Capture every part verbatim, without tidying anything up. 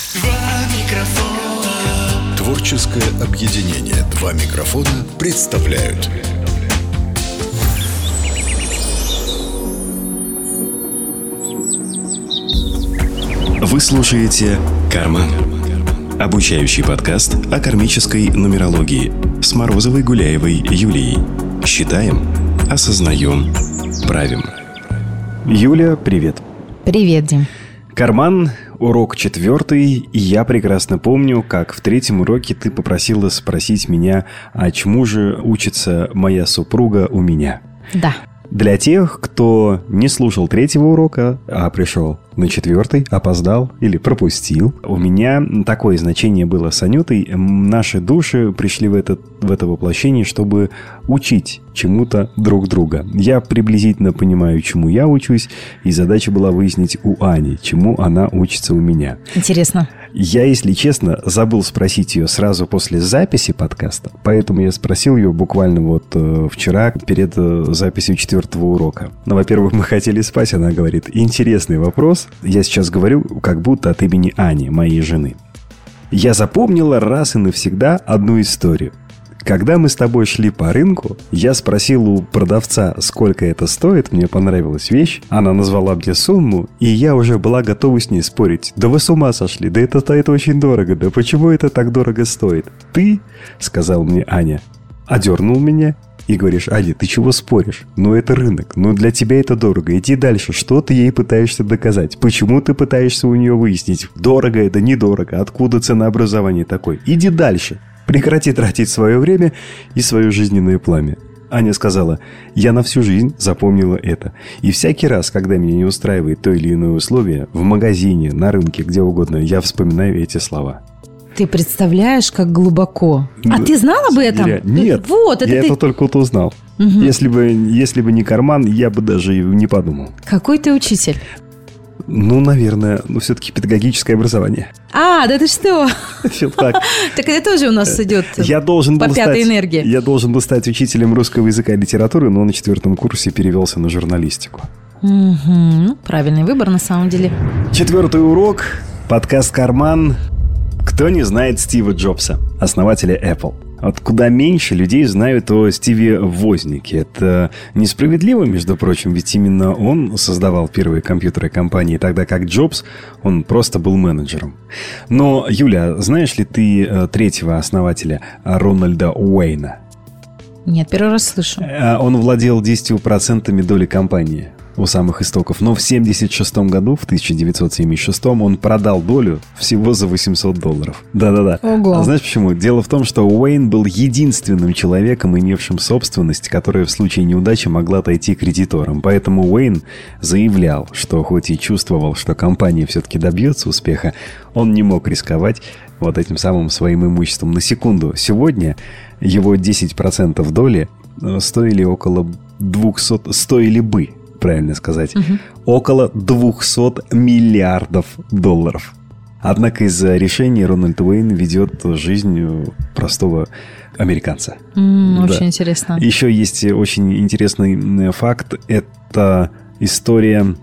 Два микрофона. Творческое объединение «Два микрофона» представляют. Вы слушаете «Карман». Обучающий подкаст о кармической нумерологии с Морозовой, Гуляевой, Юлией. Считаем, осознаем, правим. Юля, привет. Привет, Дим. Карман, урок четвертый, и я прекрасно помню, как в третьем уроке ты попросила спросить меня, а чему же учится моя супруга у меня. Да. Для тех, кто не слушал третьего урока, а пришел на четвертый, опоздал или пропустил, у меня такое значение было с Анютой. Наши души пришли в это, в это воплощение, чтобы учить чему-то друг друга. Я приблизительно понимаю, чему я учусь, и задача была выяснить у Ани, чему она учится у меня. Интересно. Я, если честно, забыл спросить ее сразу после записи подкаста, поэтому я спросил ее буквально вот э, вчера перед э, записью четвертого урока. Ну, во-первых, мы хотели спать, она говорит, интересный вопрос. Я сейчас говорю как будто от имени Ани, моей жены. Я запомнила раз и навсегда одну историю. Когда мы с тобой шли по рынку, я спросил у продавца, сколько это стоит, мне понравилась вещь, она назвала мне сумму, и я уже была готова с ней спорить. Да вы с ума сошли, да это стоит очень дорого, да почему это так дорого стоит? Ты, сказал мне Аня, одернул меня и говоришь, Аня, ты чего споришь? Ну это рынок, ну для тебя это дорого, иди дальше, что ты ей пытаешься доказать? Почему ты пытаешься у нее выяснить, дорого это, недорого, откуда ценообразование такое? Иди дальше. Прекрати тратить свое время и свое жизненное пламя. Аня сказала, я на всю жизнь запомнила это. И всякий раз, когда меня не устраивает то или иное условие, в магазине, на рынке, где угодно, я вспоминаю эти слова. Ты представляешь, как глубоко. А Да. ты знал об этом? Я- Нет, Вот, это я ты... это только вот узнал. Угу. Если бы, если бы не карман, я бы даже и не подумал. Какой ты учитель? Ну, наверное, ну все-таки педагогическое образование. А, да ты что? Все так. Так это тоже у нас идет Я должен по был пятой стать, энергии. Я должен был стать учителем русского языка и литературы, но на четвертом курсе перевелся на журналистику. Угу. Правильный выбор на самом деле. Четвертый урок. Подкаст «Карман». Кто не знает Стива Джобса, основателя Apple? Вот куда меньше людей знают о Стиве Вознике. Это несправедливо, между прочим, ведь именно он создавал первые компьютеры компании, тогда как Джобс, он просто был менеджером. Но, Юля, знаешь ли ты третьего основателя, Рональда Уэйна? Нет, первый раз слышу. Он владел десятью процентами доли компании у самых истоков. Но в семьдесят шестом году, в тысяча девятьсот семьдесят шестом, он продал долю всего за восемьсот долларов. Да-да-да. Ого. А знаешь почему? Дело в том, что Уэйн был единственным человеком, имевшим собственность, которая в случае неудачи могла отойти кредиторам. Поэтому Уэйн заявлял, что хоть и чувствовал, что компания все-таки добьется успеха, он не мог рисковать вот этим самым своим имуществом. На секунду, сегодня его десять процентов доли стоили около двухсот, стоили бы, правильно сказать, угу. около двухсот миллиардов долларов. Однако из-за решения Рональд Уэйн ведет жизнь простого американца. М, Да. Очень интересно. Еще есть очень интересный факт. Это история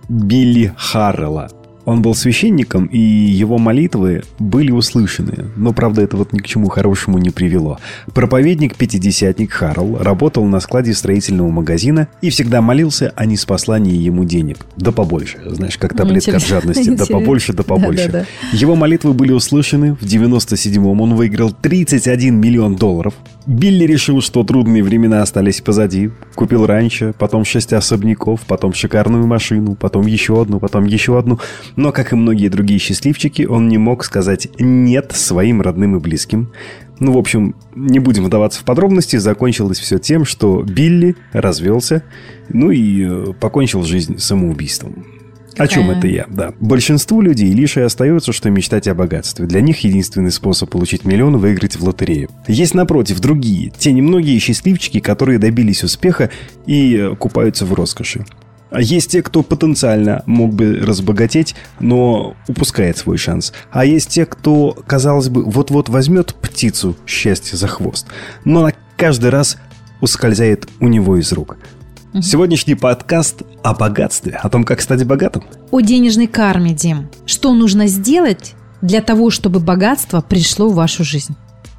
Билли Харрелла. Он был священником, и его молитвы были услышаны. Но, правда, это вот ни к чему хорошему не привело. Проповедник-пятидесятник Харрелл работал на складе строительного магазина и всегда молился о неспослании ему денег. Да побольше. Знаешь, как таблетка от жадности. Да побольше, да побольше. Да, да, да. Его молитвы были услышаны. В девяносто седьмом он выиграл тридцать один миллион долларов. Билли решил, что трудные времена остались позади. Купил ранчо, потом шесть особняков, потом шикарную машину, потом еще одну, потом еще одну. Но, как и многие другие счастливчики, он не мог сказать «нет» своим родным и близким. Ну, в общем, не будем вдаваться в подробности. Закончилось все тем, что Билли развелся, ну и э, покончил жизнь самоубийством. О чем это я? Да. Большинству людей лишь и остается, что мечтать о богатстве. Для них единственный способ получить миллион – выиграть в лотерею. Есть, напротив, другие, те немногие счастливчики, которые добились успеха и купаются в роскоши. Есть те, кто потенциально мог бы разбогатеть, но упускает свой шанс. А есть те, кто, казалось бы, вот-вот возьмет птицу счастья за хвост, но она каждый раз ускользает у него из рук. Угу. Сегодняшний подкаст о богатстве, о том, как стать богатым. О денежной карме, Дим. Что нужно сделать, для того, чтобы богатство пришло в вашу жизнь?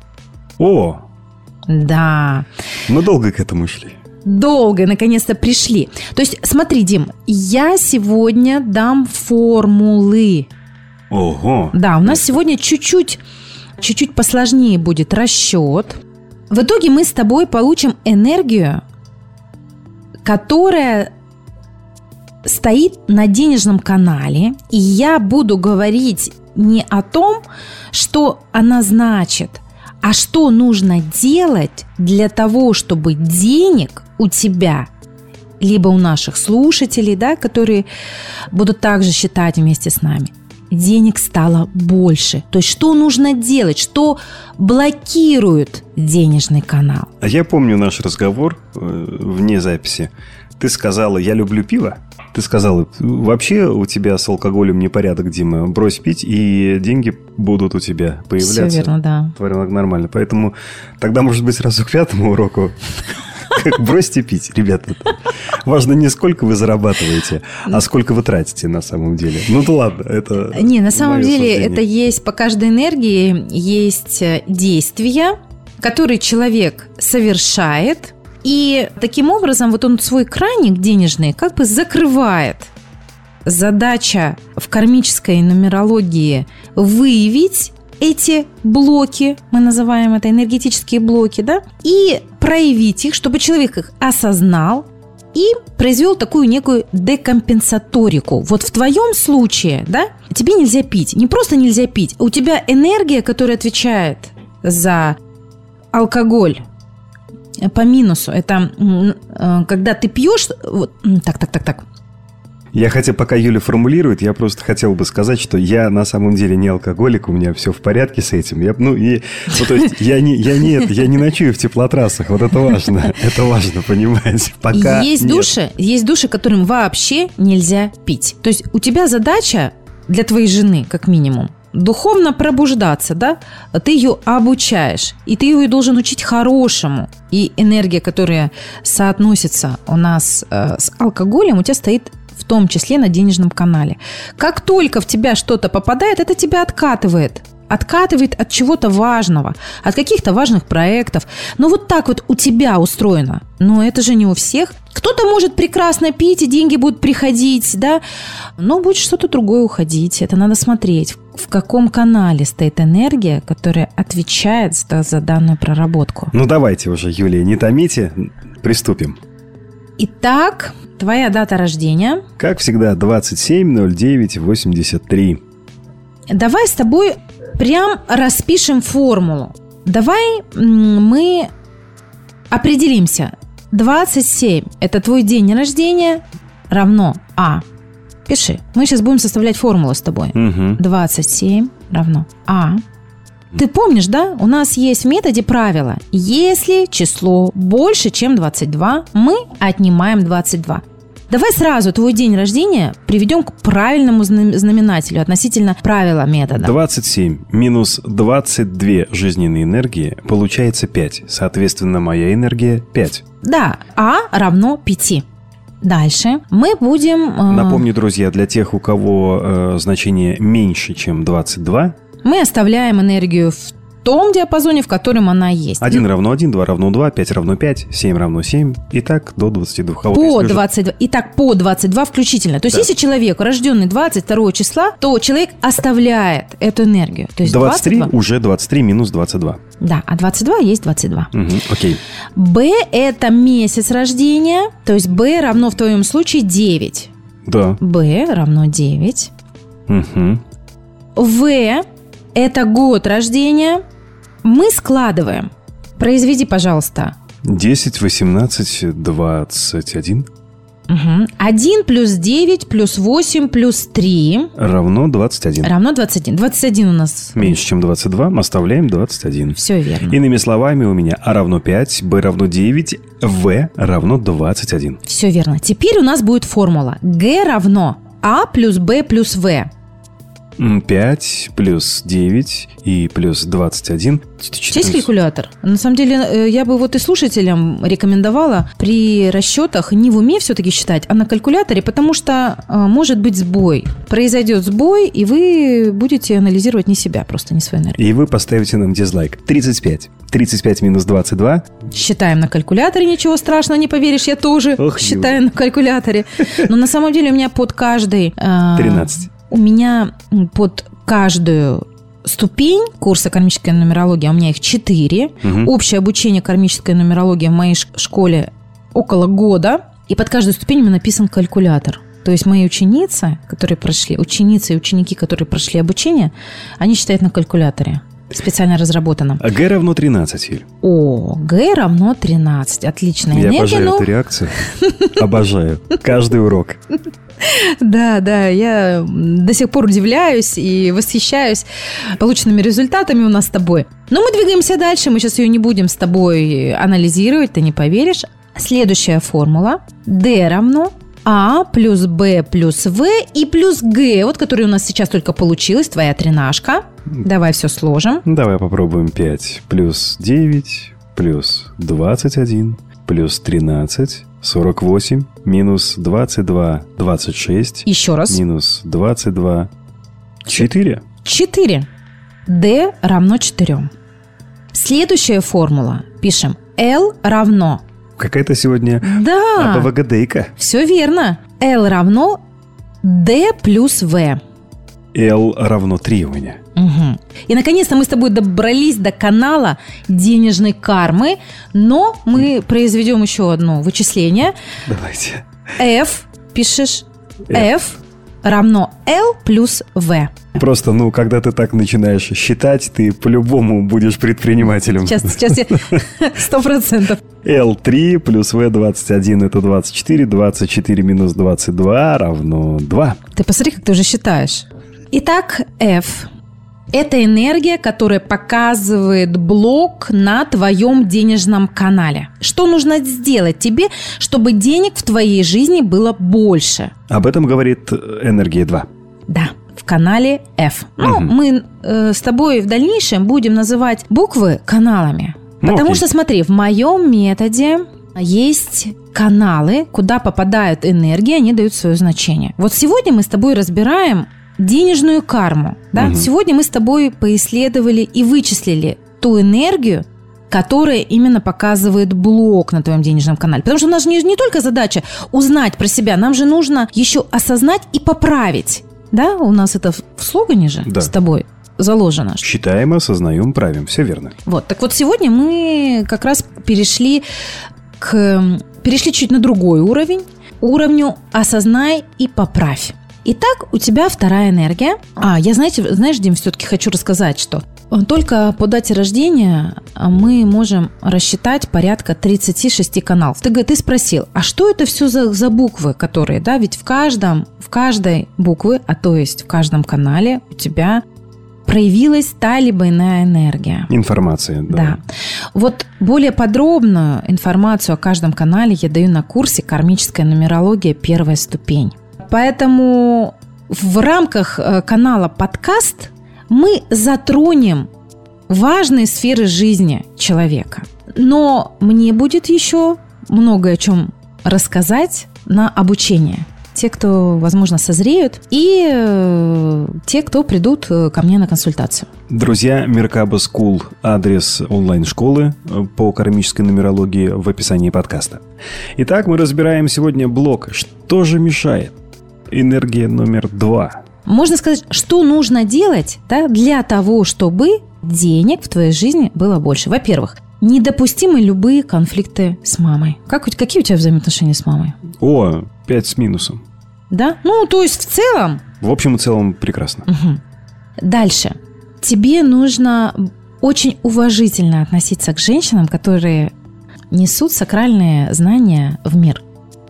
О, Да. мы долго к этому шли. Долго, наконец-то пришли. То есть, смотри, Дим, я сегодня дам формулы. Ого. Да, у нас сегодня чуть-чуть, чуть-чуть посложнее будет расчет. В итоге мы с тобой получим энергию, которая стоит на денежном канале, и я буду говорить не о том, что она значит, а что нужно делать для того, чтобы денег у тебя, либо у наших слушателей, да, которые будут также считать вместе с нами, денег стало больше. То есть, что нужно делать, что блокирует денежный канал. А я помню наш разговор э, вне записи. Ты сказала, я люблю пиво. Ты сказала, вообще у тебя с алкоголем непорядок, Дима. Брось пить, и деньги будут у тебя появляться. Все верно, да. Тварь нормально. Поэтому тогда, может быть, сразу к пятому уроку. Бросьте пить, ребята. Важно не сколько вы зарабатываете, а сколько вы тратите на самом деле. Ну да ладно, это... Не, на самом мое деле суждение. это есть по каждой энергии есть действия, которые человек совершает, и таким образом вот он свой краник денежный как бы закрывает. Задача в кармической нумерологии выявить эти блоки, мы называем это энергетические блоки, да, и проявить их, чтобы человек их осознал и произвел такую некую декомпенсаторику. Вот в твоем случае, да, тебе нельзя пить. Не просто нельзя пить, а у тебя энергия, которая отвечает за алкоголь, по минусу. Это когда ты пьешь... Вот, так, так, так, так. Я хотя, пока Юля формулирует, я просто хотел бы сказать, что я на самом деле не алкоголик, у меня все в порядке с этим. Я, ну, и, ну, то есть я не, я, не, я не ночую в теплотрассах, вот это важно. Это важно понимать. Пока есть нет. души, есть души, которым вообще нельзя пить. То есть у тебя задача для твоей жены, как минимум, духовно пробуждаться, да? Ты ее обучаешь, и ты ее должен учить хорошему. И энергия, которая соотносится у нас э, с алкоголем, у тебя стоит в том числе на денежном канале. Как только в тебя что-то попадает, это тебя откатывает. Откатывает от чего-то важного, от каких-то важных проектов. Но вот так вот у тебя устроено. Но это же не у всех. Кто-то может прекрасно пить, и деньги будут приходить, да, но будет что-то другое уходить. Это надо смотреть, в каком канале стоит энергия, которая отвечает за, за данную проработку. Ну, давайте уже, Юлия, не томите, приступим. Итак, твоя дата рождения. Как всегда, двадцать семь ноль девять восемьдесят три. Давай с тобой прям распишем формулу. Давай мы определимся. двадцать семь – это твой день рождения, равно А. Пиши. Мы сейчас будем составлять формулу с тобой. Угу. двадцать семь равно А. Ты помнишь, да? У нас есть в методе правило. Если число больше, чем двадцать два, мы отнимаем двадцать два. Давай сразу твой день рождения приведем к правильному знаменателю относительно правила метода. двадцать семь минус двадцать две жизненные энергии получается пять. Соответственно, моя энергия пять. Да, А равно пяти. Дальше мы будем... Э, Напомню, друзья, для тех, у кого э, значение меньше, чем двадцать два, мы оставляем энергию в том диапазоне, в котором она есть. один равно один, два равно два, пять равно пять, семь равно семь, и так до двадцати двух. А вот По если двадцать два. Итак, по двадцать два включительно. То есть, Да. если человек рожденный двадцать второго числа, то человек оставляет эту энергию. То есть двадцать три двадцать два. уже двадцать три минус двадцать два. Да, а двадцать два есть двадцать два. Угу, окей. Б – это месяц рождения, то есть Б равно в твоем случае девять. Да. Б равно девять. Угу. В – это год рождения. Мы складываем. Произведи, пожалуйста. десять, восемнадцать, двадцать один. Угу. один плюс девять плюс восемь плюс три Равно двадцать один. равно двадцать один. двадцать один у нас. Меньше, чем двадцать два, оставляем двадцать один. Все верно. Иными словами, у меня А равно пять, Б равно девять, В равно двадцать один. Все верно. Теперь у нас будет формула. Г равно А плюс Б плюс В. пять плюс девять и плюс двадцать один. Есть калькулятор? На самом деле, я бы вот и слушателям рекомендовала при расчетах не в уме все-таки считать, а на калькуляторе, потому что может быть сбой. Произойдет сбой, и вы будете анализировать не себя, просто не свою энергию. И вы поставите нам дизлайк. тридцать пять. тридцать пять минус двадцать два. Считаем на калькуляторе, ничего страшного, не поверишь, я тоже Ох, считаю ю. на калькуляторе. Но на самом деле у меня под каждый... тринадцать. У меня под каждую ступень курса кармическая нумерология, у меня их четыре. Угу. Общее обучение кармической нумерологии в моей школе около года. И под каждую ступень у меня написан калькулятор. То есть мои ученицы, которые прошли, ученицы и ученики, которые прошли обучение, они считают на калькуляторе. Специально разработано. А Г равно тринадцать, Юль. О, Г равно тринадцать. Отличная энергия. Я обожаю но... эту реакцию. Обожаю. Каждый урок. Да, да, я до сих пор удивляюсь и восхищаюсь полученными результатами у нас с тобой. Но мы двигаемся дальше, мы сейчас ее не будем с тобой анализировать, ты не поверишь. Следующая формула. D равно А плюс Б плюс В и плюс Г, вот который у нас сейчас только получилась, твоя тринашка. Давай все сложим. Давай попробуем. пять плюс девять плюс двадцать один плюс тринадцать, сорок восемь, минус двадцать два, двадцать шесть. Еще раз. Минус двадцать два, четыре. четыре. D равно четыре. Следующая формула. Пишем L равно... Какая-то сегодня да. АБВГДейка. Все верно. L равно D плюс V. L равно три у меня. Угу. И, наконец-то, мы с тобой добрались до канала денежной кармы, но мы произведем еще одно вычисление. Давайте. F, пишешь, F, F равно L плюс V. Просто, ну, когда ты так начинаешь считать, ты по-любому будешь предпринимателем. Сейчас, сейчас я сто процентов. L три плюс V двадцать один это двадцать четыре. двадцать четыре минус двадцать два равно два. Ты посмотри, как ты уже считаешь. Итак, F – это энергия, которая показывает блок на твоем денежном канале. Что нужно сделать тебе, чтобы денег в твоей жизни было больше? Об этом говорит энергия два. Да, в канале F. Ну, угу. мы э, с тобой в дальнейшем будем называть буквы каналами. Ну, Потому окей. что, смотри, в моем методе есть каналы, куда попадают энергии, они дают свое значение. Вот сегодня мы с тобой разбираем денежную карму. Да? Угу. Сегодня мы с тобой поисследовали и вычислили ту энергию, которая именно показывает блок на твоем денежном канале. Потому что у нас же не, не только задача узнать про себя, нам же нужно еще осознать и поправить. Да, у нас это в слогане же да. с тобой заложено. Считаем, осознаем, правим. Все верно. Вот. Так вот, сегодня мы как раз перешли к... перешли чуть на другой уровень. Уровню «осознай и поправь». Итак, у тебя вторая энергия. А, я, знаете, знаешь, Дим, все-таки хочу рассказать, что только по дате рождения мы можем рассчитать порядка тридцать шесть каналов. Ты, ты спросил, а что это все за, за буквы, которые, да, ведь в каждом, в каждой букве, а то есть в каждом канале у тебя проявилась та либо иная энергия. Информация, да. Да. Вот более подробную информацию о каждом канале я даю на курсе «Кармическая нумерология. Первая ступень». Поэтому в рамках канала «Подкаст» мы затронем важные сферы жизни человека. Но мне будет еще много о чем рассказать на обучение. Те, кто, возможно, созреют, и э, те, кто придут ко мне на консультацию. Друзья, Меркаба School, адрес онлайн-школы по кармической нумерологии в описании подкаста. Итак, мы разбираем сегодня блок «Что же мешает?» Энергия номер два. Можно сказать, что нужно делать, да, для того, чтобы денег в твоей жизни было больше. Во-первых, недопустимы любые конфликты с мамой. Как, какие у тебя взаимоотношения с мамой? О, пять с минусом. Да? Ну, то есть в целом... В общем и целом прекрасно. Угу. Дальше. Тебе нужно очень уважительно относиться к женщинам, которые несут сакральные знания в мир.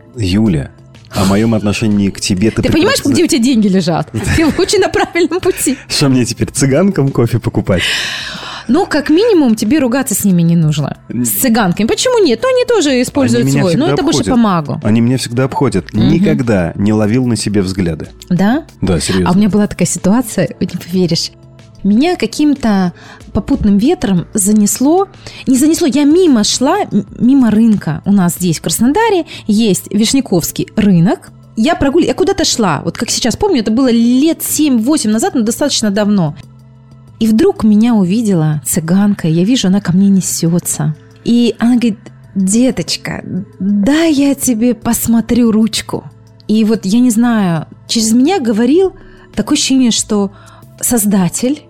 Юля, о моем отношении к тебе ты... Ты понимаешь, где у тебя деньги лежат? Ты очень на правильном пути. Что мне теперь, цыганкам кофе покупать? Ну, как минимум, тебе ругаться с ними не нужно. С цыганками. Почему нет? Ну, они тоже используют Они меня свой. Но всегда это больше обходят. по магу. Они меня всегда обходят. Никогда не ловил на себе взгляды. Да? Да, серьезно. А у меня была такая ситуация, не поверишь. Меня каким-то попутным ветром занесло. Не занесло, я мимо шла, м- мимо рынка. У нас здесь, в Краснодаре, есть Вишняковский рынок. Я прогуливала, я куда-то шла. Вот как сейчас помню, это было лет семь-восемь назад, но достаточно давно. И вдруг меня увидела цыганка. Я вижу, она ко мне несется. И она говорит: деточка, дай я тебе посмотрю ручку. И вот я не знаю, через меня говорил такое ощущение, что Создатель.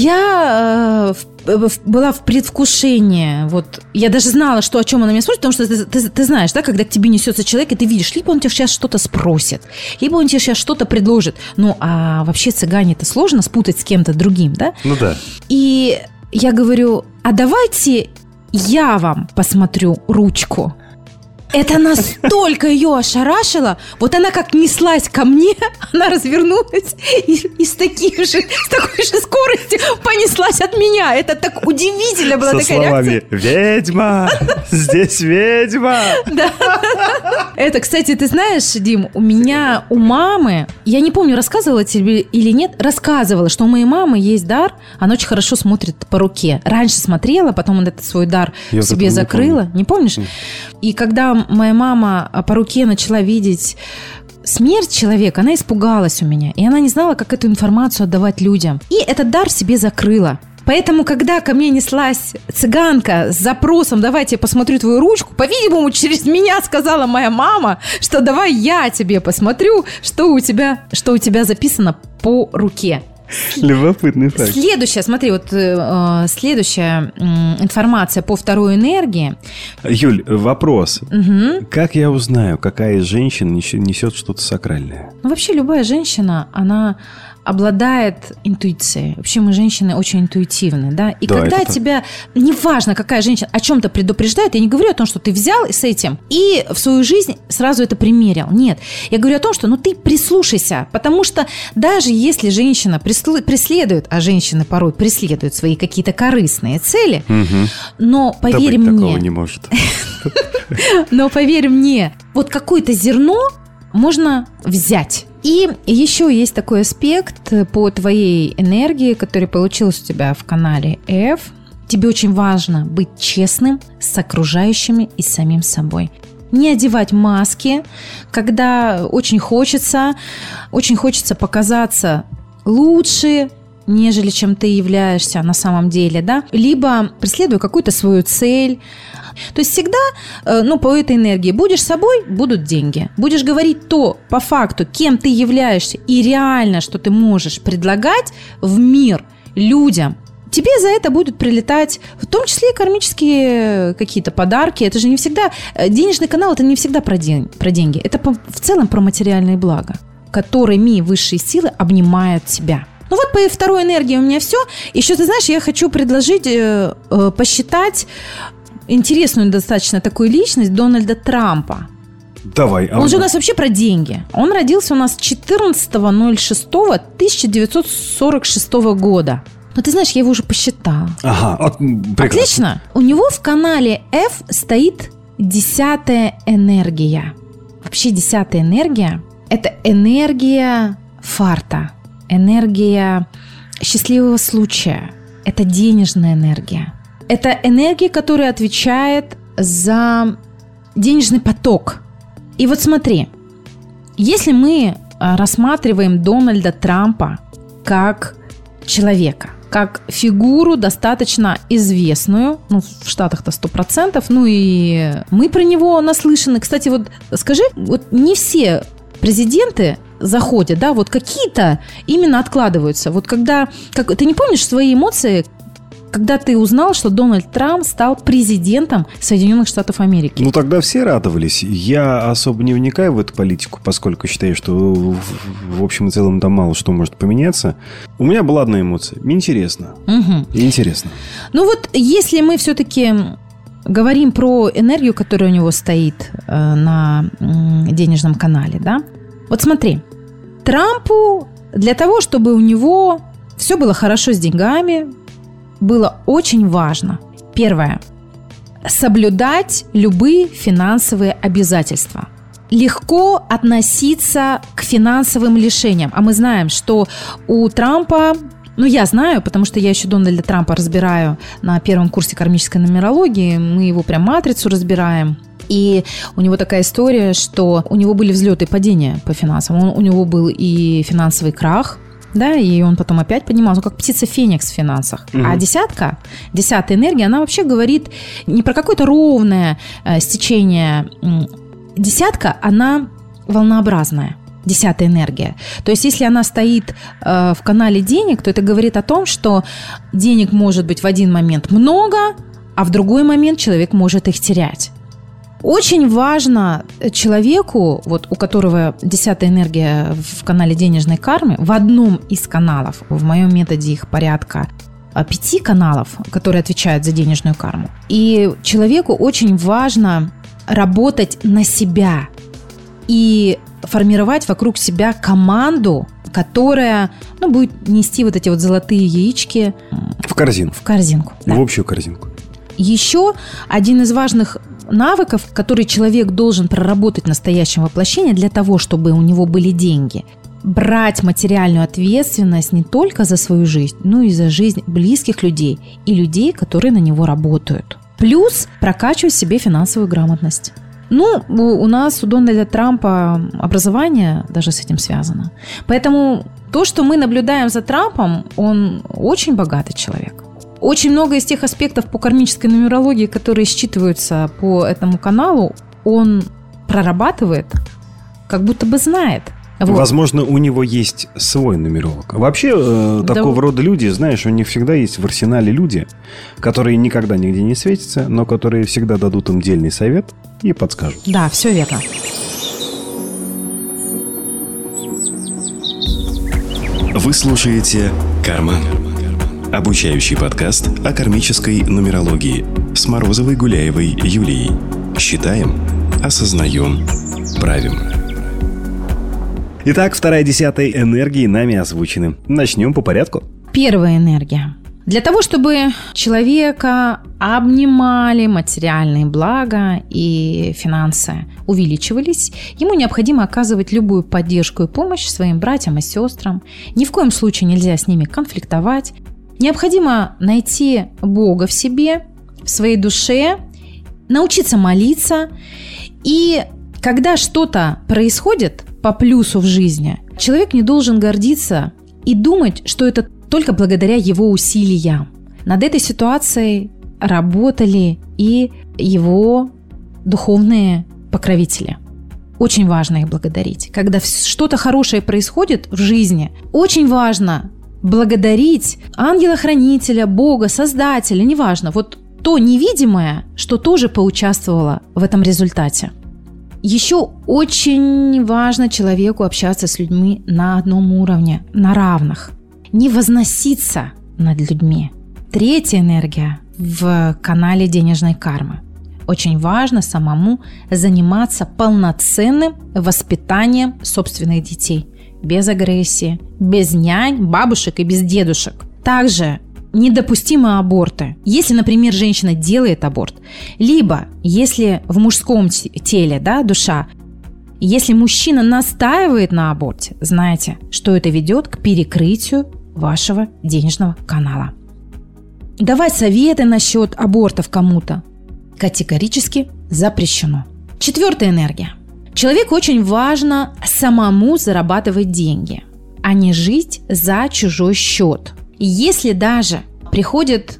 Я э, в, в, была в предвкушении. Вот. Я даже знала, что, о чем она меня спросит, потому что ты, ты, ты знаешь, да, когда к тебе несется человек, и ты видишь, либо он тебе сейчас что-то спросит, либо он тебе сейчас что-то предложит. Ну, а вообще цыгане-то сложно спутать с кем-то другим, да? Ну да. И я говорю: а давайте я вам посмотрю ручку. Это настолько ее ошарашило. Вот она как неслась ко мне, она развернулась и, и с, таким же, с такой же скоростью понеслась от меня. Это так удивительно была Со такая словами реакция. «Ведьма! Здесь ведьма!» Да. Это, кстати, ты знаешь, Дим, у меня, у мамы, я не помню, рассказывала тебе или нет, рассказывала, что у моей мамы есть дар, она очень хорошо смотрит по руке. Раньше смотрела, потом он этот свой дар Я вот себе этого не закрыла. помню. Не помнишь? И когда моя мама по руке начала видеть смерть человека, она испугалась у меня. И она не знала, как эту информацию отдавать людям. И этот дар в себе закрыла. Поэтому, когда ко мне неслась цыганка с запросом «давайте я посмотрю твою ручку», по-видимому, через меня сказала моя мама, что «давай я тебе посмотрю, что у тебя, что у тебя записано по руке». Любопытный факт. Следующая, смотри, вот э, следующая э, информация по второй энергии. Юль, вопрос. Угу. Как я узнаю, какая из женщин несет несет что-то сакральное? Ну, вообще любая женщина, она обладает интуицией. Вообще мы, женщины, очень интуитивны, да? И Да, когда это тебя, неважно, какая женщина, о чем-то предупреждает, я не говорю о том, что ты взял с этим и в свою жизнь сразу это примерил. Нет. Я говорю о том, что ну ты прислушайся, потому что даже если женщина прислу- преследует, а женщины порой преследуют свои какие-то корыстные цели, Угу. но поверь да быть мне... такого не может. Но поверь мне, вот какое-то зерно можно взять. И еще есть такой аспект по твоей энергии, который получился у тебя в канале F. Тебе очень важно быть честным с окружающими и с самим собой. Не одевать маски, когда очень хочется, очень хочется показаться лучше, нежели чем ты являешься на самом деле, да? Либо преследуя какую-то свою цель. То есть всегда, ну, по этой энергии, будешь собой, будут деньги. Будешь говорить то, по факту, кем ты являешься и реально, что ты можешь предлагать в мир людям, тебе за это будут прилетать, в том числе и кармические какие-то подарки. Это же не всегда... Денежный канал – это не всегда про, день, про деньги. Это по, в целом про материальные блага, которыми высшие силы обнимают тебя. Ну вот по второй энергии у меня все. Еще, ты знаешь, я хочу предложить э, э, посчитать интересную достаточно такую личность Дональда Трампа. Давай. А Он же у нас вообще про деньги. Он родился у нас четырнадцатого шестого тысяча девятьсот сорок шестого года. Но ты знаешь, я его уже посчитала. Ага, от, прекрасно. Отлично. У него в канале F стоит десятая энергия. Вообще десятая энергия – это энергия фарта, энергия счастливого случая. Это денежная энергия. Это энергия, которая отвечает за денежный поток. И вот смотри, если мы рассматриваем Дональда Трампа как человека, как фигуру достаточно известную, ну, в Штатах-то сто процентов, ну и мы про него наслышаны. Кстати, вот скажи, вот не все президенты заходят, да, вот какие-то именно откладываются. Вот когда, как, ты не помнишь свои эмоции, когда ты узнал, что Дональд Трамп стал президентом Соединенных Штатов Америки? Ну, тогда все радовались. Я особо не вникаю в эту политику, поскольку считаю, что в, в общем и целом там мало что может поменяться. У меня была одна эмоция. Интересно. Угу. Интересно. Ну вот, если мы все-таки говорим про энергию, которая у него стоит э, на э, денежном канале, да? Вот смотри, Трампу для того, чтобы у него все было хорошо с деньгами, было очень важно. Первое. Соблюдать любые финансовые обязательства. Легко относиться к финансовым лишениям. А мы знаем, что у Трампа, ну я знаю, потому что я еще Дональда Трампа разбираю на первом курсе кармической нумерологии, мы его прям матрицу разбираем. И у него такая история, что у него были взлеты и падения по финансам. Он, у него был и финансовый крах, да, и он потом опять поднимался, ну, как птица Феникс в финансах. Mm-hmm. А десятка, десятая энергия, она вообще говорит не про какое-то ровное э, стечение. Десятка, она волнообразная. Десятая энергия. То есть, если она стоит э, в канале денег, то это говорит о том, что денег может быть в один момент много, а в другой момент человек может их терять. Очень важно человеку, вот у которого десятая энергия в канале денежной кармы, в одном из каналов, в моем методе их порядка пяти каналов, которые отвечают за денежную карму. И человеку очень важно работать на себя и формировать вокруг себя команду, которая, ну, будет нести вот эти вот золотые яички в корзину. В корзинку. Да. В общую корзинку. Еще один из важных навыков, которые человек должен проработать в настоящем воплощении для того, чтобы у него были деньги. Брать материальную ответственность не только за свою жизнь, но и за жизнь близких людей и людей, которые на него работают. Плюс прокачивать в себе финансовую грамотность. Ну, у нас, у Дональда Трампа образование даже с этим связано. Поэтому то, что мы наблюдаем за Трампом, он очень богатый человек. Очень много из тех аспектов по кармической нумерологии, которые считываются по этому каналу, он прорабатывает, как будто бы знает. Вот. Возможно, у него есть свой нумеролог. Вообще, э, да. такого рода люди, знаешь, у них всегда есть в арсенале люди, которые никогда нигде не светятся, но которые всегда дадут им дельный совет и подскажут. Да, все верно. Вы слушаете «Карман». Обучающий подкаст о кармической нумерологии с Морозовой, Гуляевой, Юлией. Считаем, осознаем, правим. Итак, вторая десятая энергии нами озвучены. Начнем по порядку. Первая энергия. Для того, чтобы человека обнимали материальные блага и финансы увеличивались, ему необходимо оказывать любую поддержку и помощь своим братьям и сестрам. Ни в коем случае нельзя с ними конфликтовать. Необходимо найти Бога в себе, в своей душе, научиться молиться. И когда что-то происходит по плюсу в жизни, человек не должен гордиться и думать, что это только благодаря его усилиям. Над этой ситуацией работали и его духовные покровители. Очень важно их благодарить. Когда что-то хорошее происходит в жизни, очень важно благодарить ангела-хранителя, Бога, Создателя, неважно, вот то невидимое, что тоже поучаствовало в этом результате. Еще очень важно человеку общаться с людьми на одном уровне, на равных. Не возноситься над людьми. Третья энергия в канале денежной кармы. Очень важно самому заниматься полноценным воспитанием собственных детей. Без агрессии, без нянь, бабушек и без дедушек. Также недопустимы аборты. Если, например, женщина делает аборт, либо если в мужском теле, да, душа, если мужчина настаивает на аборте, знайте, что это ведет к перекрытию вашего денежного канала. Давать советы насчет абортов кому-то категорически запрещено. Четвертая энергия. Человеку очень важно самому зарабатывать деньги, а не жить за чужой счет. И если даже приходит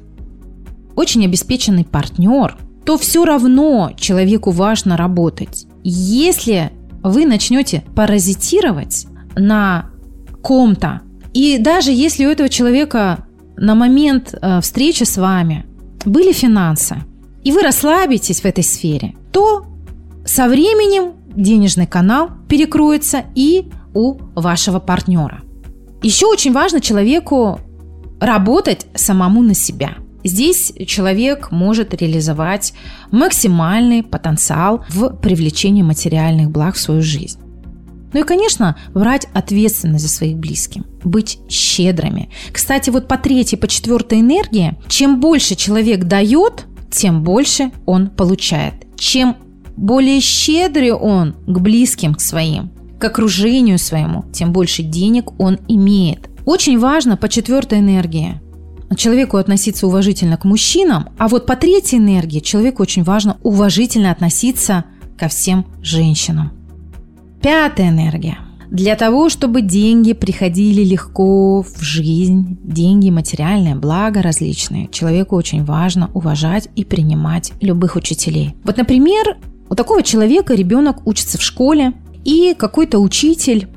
очень обеспеченный партнер, то все равно человеку важно работать. Если вы начнете паразитировать на ком-то, и даже если у этого человека на момент э, встречи с вами были финансы, и вы расслабитесь в этой сфере, то со временем денежный канал перекроется и у вашего партнера. Еще очень важно человеку работать самому на себя. Здесь человек может реализовать максимальный потенциал в привлечении материальных благ в свою жизнь. Ну и, конечно, брать ответственность за своих близких, быть щедрыми. Кстати, вот по третьей, по четвертой энергии, чем больше человек дает, тем больше он получает. Чем более щедрый он к близким, к своим, к окружению своему, тем больше денег он имеет. Очень важно по четвертой энергии человеку относиться уважительно к мужчинам, а вот по третьей энергии человеку очень важно уважительно относиться ко всем женщинам. Пятая энергия. Для того, чтобы деньги приходили легко в жизнь, деньги, материальные, блага различные, человеку очень важно уважать и принимать любых учителей. Вот, например, у такого человека ребенок учится в школе, и какой-то учитель,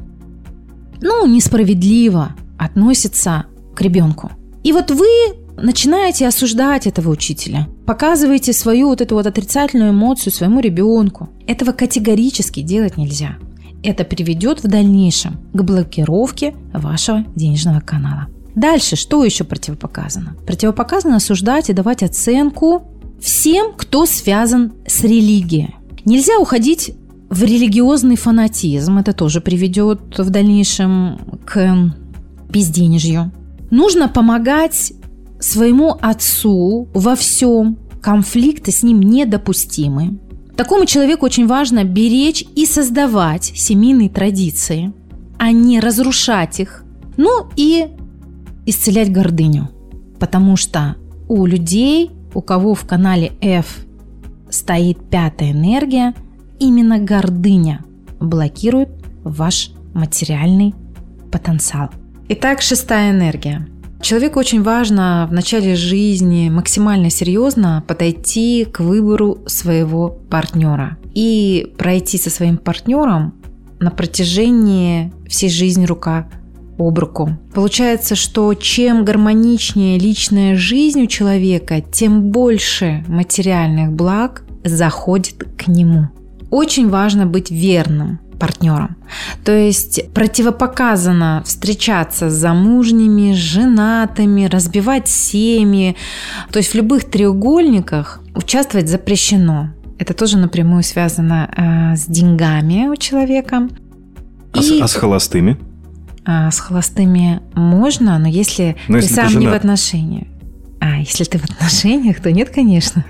ну, несправедливо относится к ребенку. И вот вы начинаете осуждать этого учителя, показываете свою вот эту вот отрицательную эмоцию своему ребенку. Этого категорически делать нельзя. Это приведет в дальнейшем к блокировке вашего денежного канала. Дальше, что еще противопоказано? Противопоказано осуждать и давать оценку всем, кто связан с религией. Нельзя уходить в религиозный фанатизм. Это тоже приведет в дальнейшем к безденежью. Нужно помогать своему отцу во всем. Конфликты с ним недопустимы. Такому человеку очень важно беречь и создавать семейные традиции, а не разрушать их. Ну и исцелять гордыню. Потому что у людей, у кого в канале F стоит пятая энергия, именно гордыня блокирует ваш материальный потенциал. Итак, шестая энергия. Человеку очень важно в начале жизни максимально серьезно подойти к выбору своего партнера и пройти со своим партнером на протяжении всей жизни рука об руку. Получается, что чем гармоничнее личная жизнь у человека, тем больше материальных благ заходит к нему. Очень важно быть верным партнером. То есть противопоказано встречаться с замужними, женатыми, разбивать семьи. То есть в любых треугольниках участвовать запрещено. Это тоже напрямую связано э, с деньгами у человека. А, И, с, а с холостыми? А, с холостыми можно, но если но ты если сам ты не в отношениях. А, если ты в отношениях, то нет, конечно.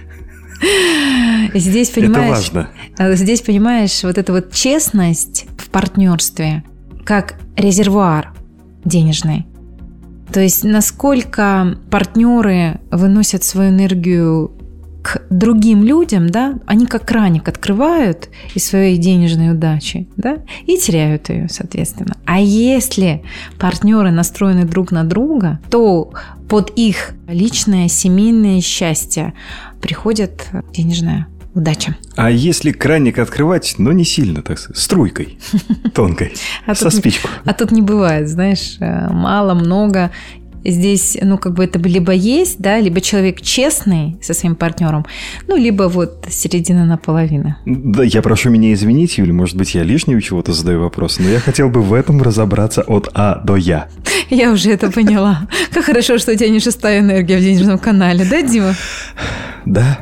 Здесь, понимаешь, это важно. Здесь, понимаешь, вот эта вот честность в партнерстве как резервуар денежный. То есть насколько партнеры выносят свою энергию к другим людям, да, они как краник открывают из своей денежной удачи, да, и теряют ее, соответственно. А если партнеры настроены друг на друга, то под их личное семейное счастье приходит денежная удача. А если краник открывать, но не сильно, так сказать, струйкой тонкой, со спичку? А тут не бывает, знаешь, мало, много. Здесь, ну, как бы это либо есть, да, либо человек честный со своим партнером, ну, либо вот середина наполовину. Да, я прошу меня извинить, Юля, может быть, я лишнего чего-то задаю вопрос, но я хотел бы в этом разобраться от А до Я. Я уже это поняла. Как хорошо, что у тебя не шестая энергия в денежном канале, да, Дима? Да.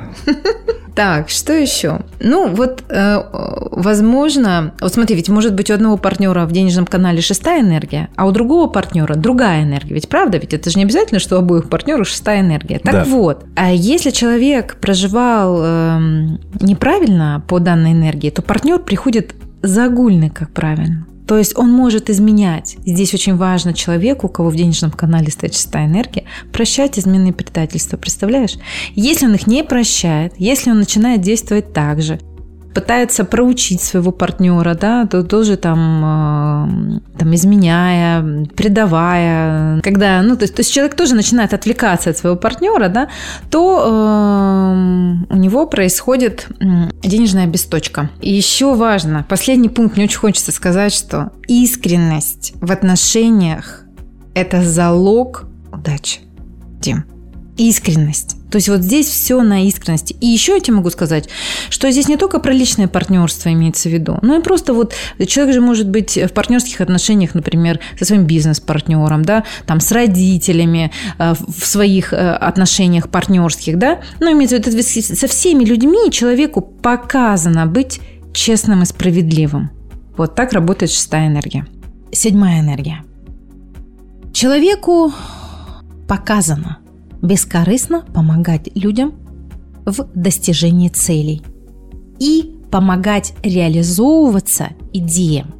Так, что еще? Ну, вот, э, возможно, вот смотри, ведь может быть у одного партнера в денежном канале шестая энергия, а у другого партнера другая энергия. Ведь правда? Ведь это же не обязательно, что у обоих партнеров шестая энергия. Так да. Вот, а если человек проживал э, неправильно по данной энергии, то партнер приходит загульный, как правильно. То есть он может изменять. Здесь очень важно человеку, у кого в денежном канале стоит шестая энергия, прощать измены и предательства. Представляешь? Если он их не прощает, если он начинает действовать так же, пытается проучить своего партнера, да, то тоже там, э, там изменяя, предавая, когда, ну, то есть, то есть человек тоже начинает отвлекаться от своего партнера, да, то э, у него происходит денежная бесточка. И еще важно, последний пункт, мне очень хочется сказать, что искренность в отношениях – это залог удачи, Дим. Искренность. То есть вот здесь все на искренности. И еще я тебе могу сказать, что здесь не только про личное партнерство имеется в виду, но и просто вот человек же может быть в партнерских отношениях, например, со своим бизнес-партнером, да, там, с родителями, в своих отношениях партнерских, да, но имеется в виду со всеми людьми человеку показано быть честным и справедливым. Вот так работает шестая энергия. Седьмая энергия. Человеку показано бескорыстно помогать людям в достижении целей и помогать реализовываться идеям.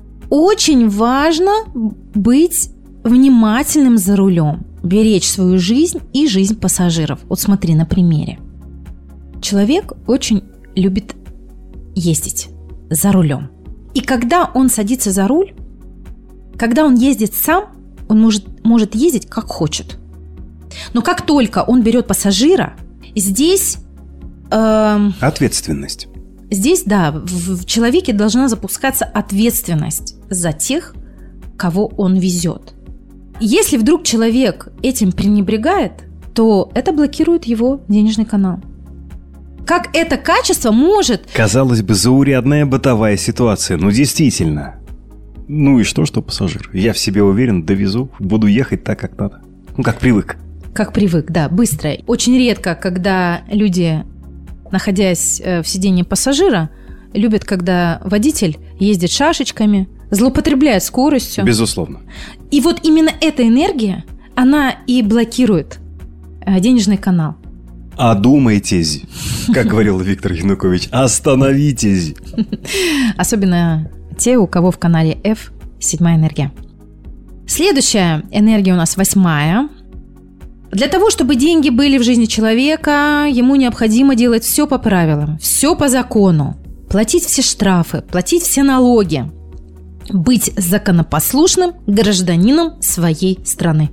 Очень важно быть внимательным за рулем, беречь свою жизнь и жизнь пассажиров. Вот смотри на примере. Человек очень любит ездить за рулем. И когда он садится за руль, когда он ездит сам, он может, может ездить как хочет. Но как только он берет пассажира, здесь... Э, Ответственность. Здесь, да, в, в человеке должна запускаться ответственность за тех, кого он везет. Если вдруг человек этим пренебрегает, то это блокирует его денежный канал. Как это качество может... Казалось бы, заурядная бытовая ситуация. Ну, действительно. Ну и что, что пассажир? Я в себе уверен, довезу, буду ехать так, как надо. Ну, как привык. Как привык, да, быстро. Очень редко, когда люди, находясь в сидении пассажира, любят, когда водитель ездит шашечками, злоупотребляет скоростью. Безусловно. И вот именно эта энергия, она и блокирует денежный канал. Одумайтесь, как говорил Виктор Янукович, остановитесь. Особенно те, у кого в канале F седьмая энергия. Следующая энергия у нас восьмая. Для того, чтобы деньги были в жизни человека, ему необходимо делать все по правилам, все по закону, платить все штрафы, платить все налоги, быть законопослушным гражданином своей страны.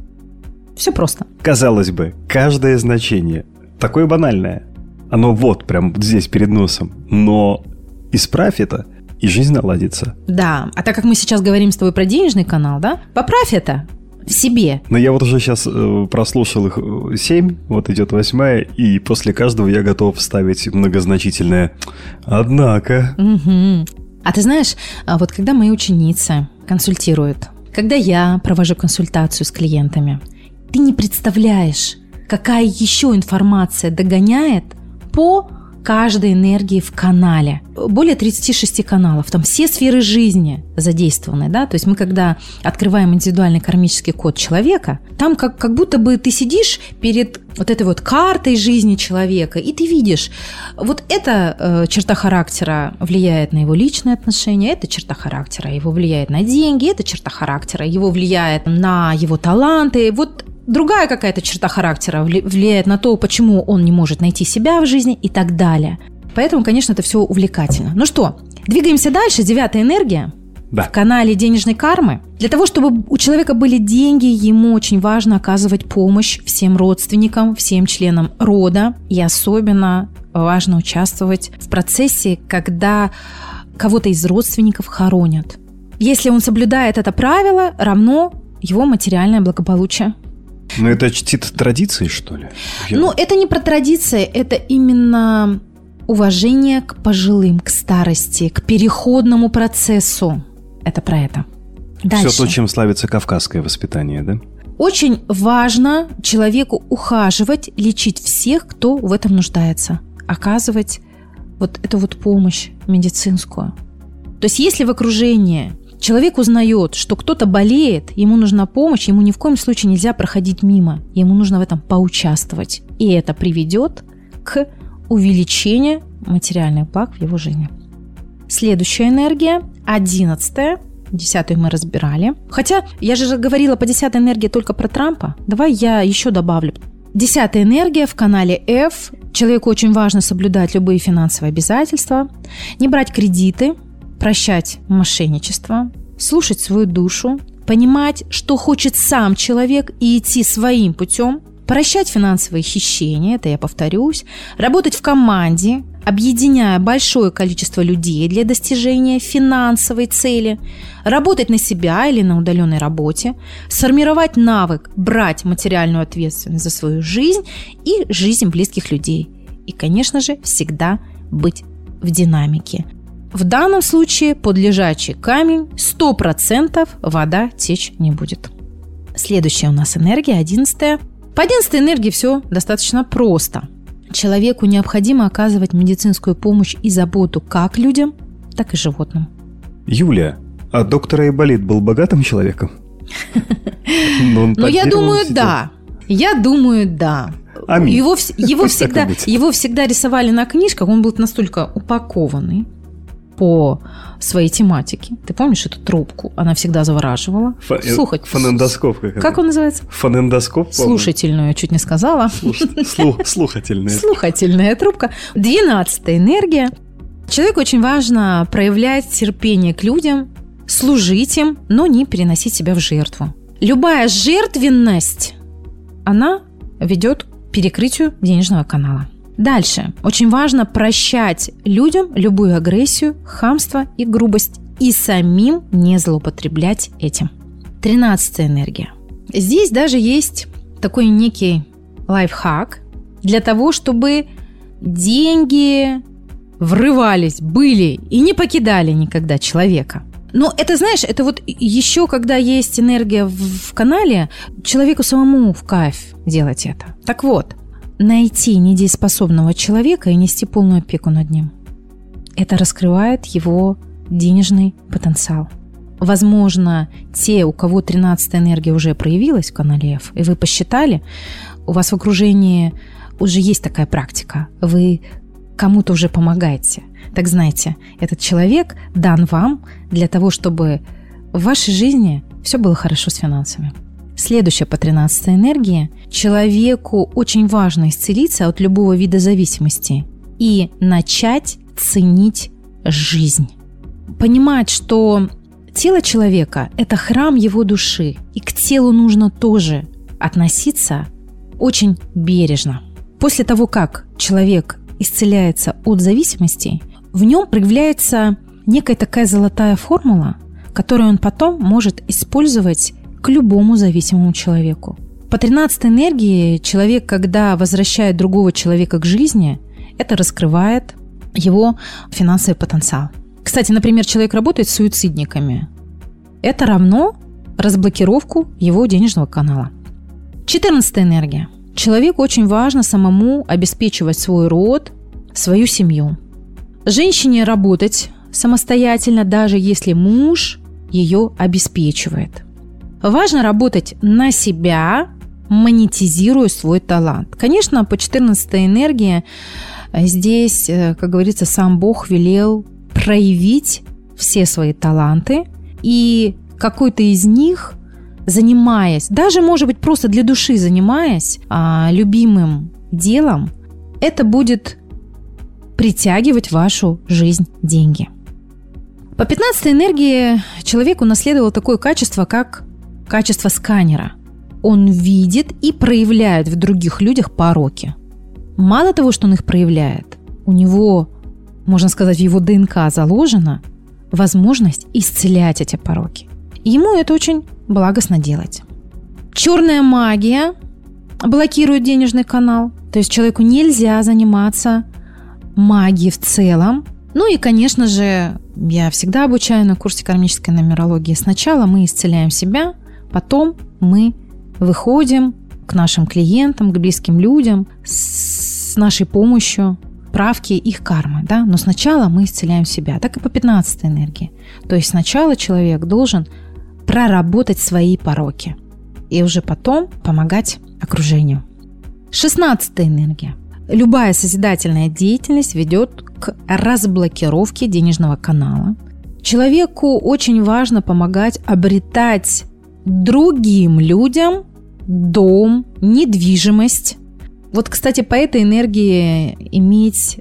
Все просто. Казалось бы, каждое значение такое банальное. Оно вот прям здесь перед носом. Но исправь это, и жизнь наладится. Да, а так как мы сейчас говорим с тобой про денежный канал, да, поправь это в себе. Но я вот уже сейчас э, прослушал их семь, вот идет восьмая, и после каждого я готов вставить многозначительное «однако». Угу. А ты знаешь, вот когда мои ученицы консультируют, когда я провожу консультацию с клиентами, ты не представляешь, какая еще информация догоняет по каждой энергии в канале. Более тридцать шесть каналов, там все сферы жизни задействованы, да, то есть мы когда открываем индивидуальный кармический код человека, там как, как будто бы ты сидишь перед вот этой вот картой жизни человека, и ты видишь, вот эта э, черта характера влияет на его личные отношения, эта черта характера его влияет на деньги, эта черта характера его влияет на его таланты, вот другая какая-то черта характера влияет на то, почему он не может найти себя в жизни и так далее. Поэтому, конечно, это все увлекательно. Ну что, двигаемся дальше. Девятая энергия. Да. В канале денежной кармы. Для того, чтобы у человека были деньги, ему очень важно оказывать помощь всем родственникам, всем членам рода. И особенно важно участвовать в процессе, когда кого-то из родственников хоронят. Если он соблюдает это правило, равно его материальное благополучие. Ну, это чтит традиции, что ли? Я... Ну, это не про традиции, это именно уважение к пожилым, к старости, к переходному процессу. Это про это. Дальше. Все то, чем славится кавказское воспитание, да? Очень важно человеку ухаживать, лечить всех, кто в этом нуждается. Оказывать вот эту вот помощь медицинскую. То есть, если в окружении человек узнает, что кто-то болеет, ему нужна помощь, ему ни в коем случае нельзя проходить мимо. Ему нужно в этом поучаствовать. И это приведет к увеличению материальных благ в его жизни. Следующая энергия, одиннадцатая. Десятую мы разбирали. Хотя я же говорила по десятой энергии только про Трампа. Давай я еще добавлю. Десятая энергия в канале F. Человеку очень важно соблюдать любые финансовые обязательства, не брать кредиты, прощать мошенничество, слушать свою душу, понимать, что хочет сам человек и идти своим путем, прощать финансовые хищения, это я повторюсь, работать в команде, объединяя большое количество людей для достижения финансовой цели, работать на себя или на удаленной работе, сформировать навык брать материальную ответственность за свою жизнь и жизнь близких людей. И, конечно же, всегда быть в динамике. В данном случае под лежачий камень сто процентов вода течь не будет. Следующая у нас энергия, одиннадцатая. По одиннадцатой энергии все достаточно просто. Человеку необходимо оказывать медицинскую помощь и заботу как людям, так и животным. Юля, а доктор Айболит был богатым человеком? Ну, я думаю, да. Я думаю, да. Аминь. Его, его, всегда, его всегда рисовали на книжках, он был настолько упакованный по своей тематике. Ты помнишь эту трубку? Она всегда завораживала. Фо- Слухать. Фонендоскоп. Как, как он называется? Фонендоскоп. Слушательную, я чуть не сказала. Слух, слухательная. Слухательная трубка. Двенадцатая энергия. Человеку очень важно проявлять терпение к людям, служить им, но не переносить себя в жертву. Любая жертвенность, она ведет к перекрытию денежного канала. Дальше. Очень важно прощать людям любую агрессию, хамство и грубость и самим не злоупотреблять этим. Тринадцатая энергия. Здесь даже есть такой некий лайфхак для того, чтобы деньги врывались, были и не покидали никогда человека. Но это, знаешь, это вот еще когда есть энергия в, в канале, человеку самому в кайф делать это. Так вот, найти недееспособного человека и нести полную опеку над ним. Это раскрывает его денежный потенциал. Возможно, те, у кого тринадцатая энергия уже проявилась в канале F, и вы посчитали, у вас в окружении уже есть такая практика, вы кому-то уже помогаете. Так знаете, этот человек дан вам для того, чтобы в вашей жизни все было хорошо с финансами. Следующая по тринадцатой энергии. Человеку очень важно исцелиться от любого вида зависимости и начать ценить жизнь. Понимать, что тело человека – это храм его души, и к телу нужно тоже относиться очень бережно. После того, как человек исцеляется от зависимостей, в нем проявляется некая такая золотая формула, которую он потом может использовать к любому зависимому человеку. По тринадцатой энергии человек, когда возвращает другого человека к жизни, это раскрывает его финансовый потенциал. Кстати, например, человек работает с суицидниками. Это равно разблокировку его денежного канала. четырнадцатая энергия. Человеку очень важно самому обеспечивать свой род, свою семью. Женщине работать самостоятельно, даже если муж ее обеспечивает. Важно работать на себя, монетизируя свой талант. Конечно, по четырнадцатой энергии здесь, как говорится, сам Бог велел проявить все свои таланты, и какой-то из них, занимаясь, даже, может быть, просто для души занимаясь а, любимым делом, это будет притягивать в вашу жизнь деньги. По пятнадцатой энергии человек унаследовал такое качество, как качество сканера. Он видит и проявляет в других людях пороки. Мало того, что он их проявляет, у него, можно сказать, в его ДНК заложена возможность исцелять эти пороки. И ему это очень благостно делать. Черная магия блокирует денежный канал. То есть человеку нельзя заниматься магией в целом. Ну и, конечно же, я всегда обучаю на курсе кармической нумерологии. Сначала мы исцеляем себя, потом мы выходим к нашим клиентам, к близким людям с нашей помощью правки их кармы. Да? Но сначала мы исцеляем себя. Так и по пятнадцатой энергии. То есть сначала человек должен проработать свои пороки и уже потом помогать окружению. шестнадцатая энергия. Любая созидательная деятельность ведет к разблокировке денежного канала. Человеку очень важно помогать обретать другим людям дом, недвижимость. Вот, кстати, по этой энергии иметь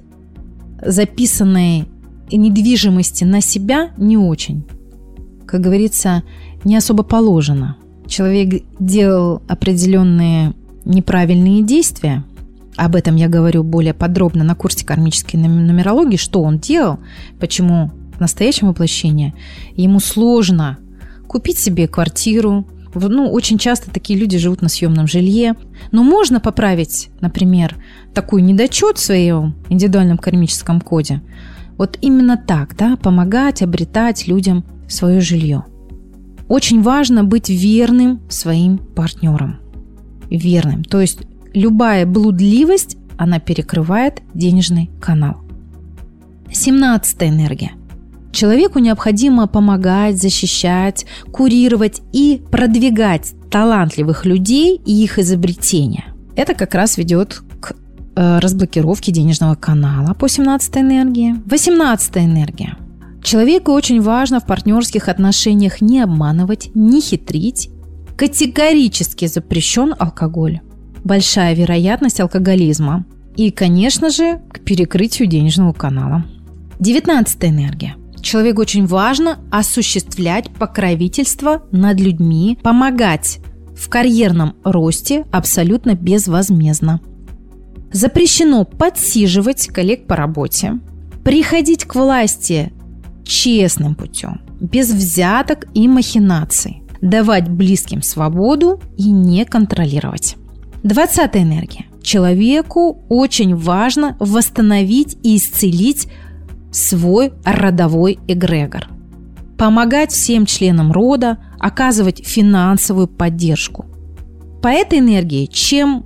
записанной недвижимости на себя не очень. Как говорится, не особо положено. Человек делал определенные неправильные действия. Об этом я говорю более подробно на курсе кармической нумерологии, что он делал, почему в настоящем воплощении ему сложно купить себе квартиру. Ну, очень часто такие люди живут на съемном жилье. Но можно поправить, например, такой недочет в своем индивидуальном кармическом коде. Вот именно так, да, помогать, обретать людям свое жилье. Очень важно быть верным своим партнерам. Верным. То есть любая блудливость, она перекрывает денежный канал. семнадцатая энергия. Человеку необходимо помогать, защищать, курировать и продвигать талантливых людей и их изобретения. Это как раз ведет к э, разблокировке денежного канала по семнадцатой энергии. восемнадцатая энергия. Человеку очень важно в партнерских отношениях не обманывать, не хитрить. Категорически запрещен алкоголь. Большая вероятность алкоголизма. И, конечно же, к перекрытию денежного канала. девятнадцатая энергия. Человеку очень важно осуществлять покровительство над людьми, помогать в карьерном росте абсолютно безвозмездно. Запрещено подсиживать коллег по работе, приходить к власти честным путем, без взяток и махинаций, давать близким свободу и не контролировать. двадцатая энергия. Человеку очень важно восстановить и исцелить свой родовой эгрегор. Помогать всем членам рода, оказывать финансовую поддержку. По этой энергии, чем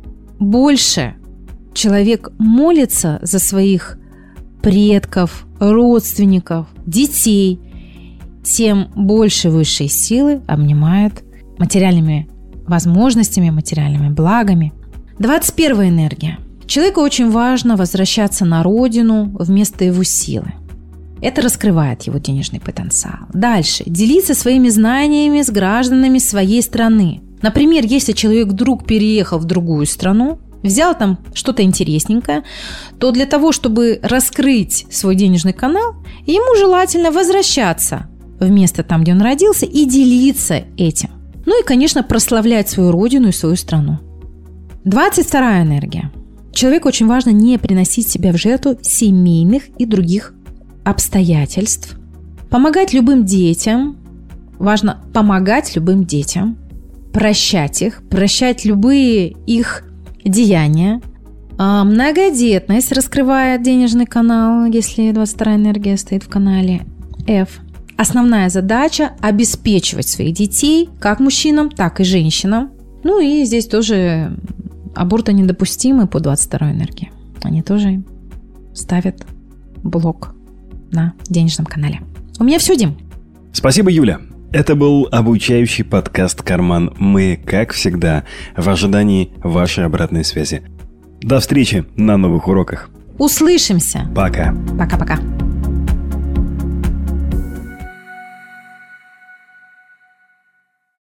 больше человек молится за своих предков, родственников, детей, тем больше высшие силы обнимают материальными возможностями, материальными благами. двадцать первая энергия. Человеку очень важно возвращаться на родину вместо его силы. Это раскрывает его денежный потенциал. Дальше. Делиться своими знаниями с гражданами своей страны. Например, если человек вдруг переехал в другую страну, взял там что-то интересненькое, то для того, чтобы раскрыть свой денежный канал, ему желательно возвращаться в место там, где он родился, и делиться этим. Ну и, конечно, прославлять свою родину и свою страну. двадцать вторая энергия. Человеку очень важно не приносить себя в жертву семейных и других обстоятельств. Помогать любым детям. Важно помогать любым детям. Прощать их. Прощать любые их деяния. А многодетность раскрывает денежный канал, если двадцать вторая энергия стоит в канале F. Основная задача – обеспечивать своих детей как мужчинам, так и женщинам. Ну и здесь тоже... Аборты недопустимы по двадцать второй энергии. Они тоже ставят блок на денежном канале. У меня все, Дим. Спасибо, Юля. Это был обучающий подкаст «Карман». Мы, как всегда, в ожидании вашей обратной связи. До встречи на новых уроках. Услышимся. Пока. Пока-пока.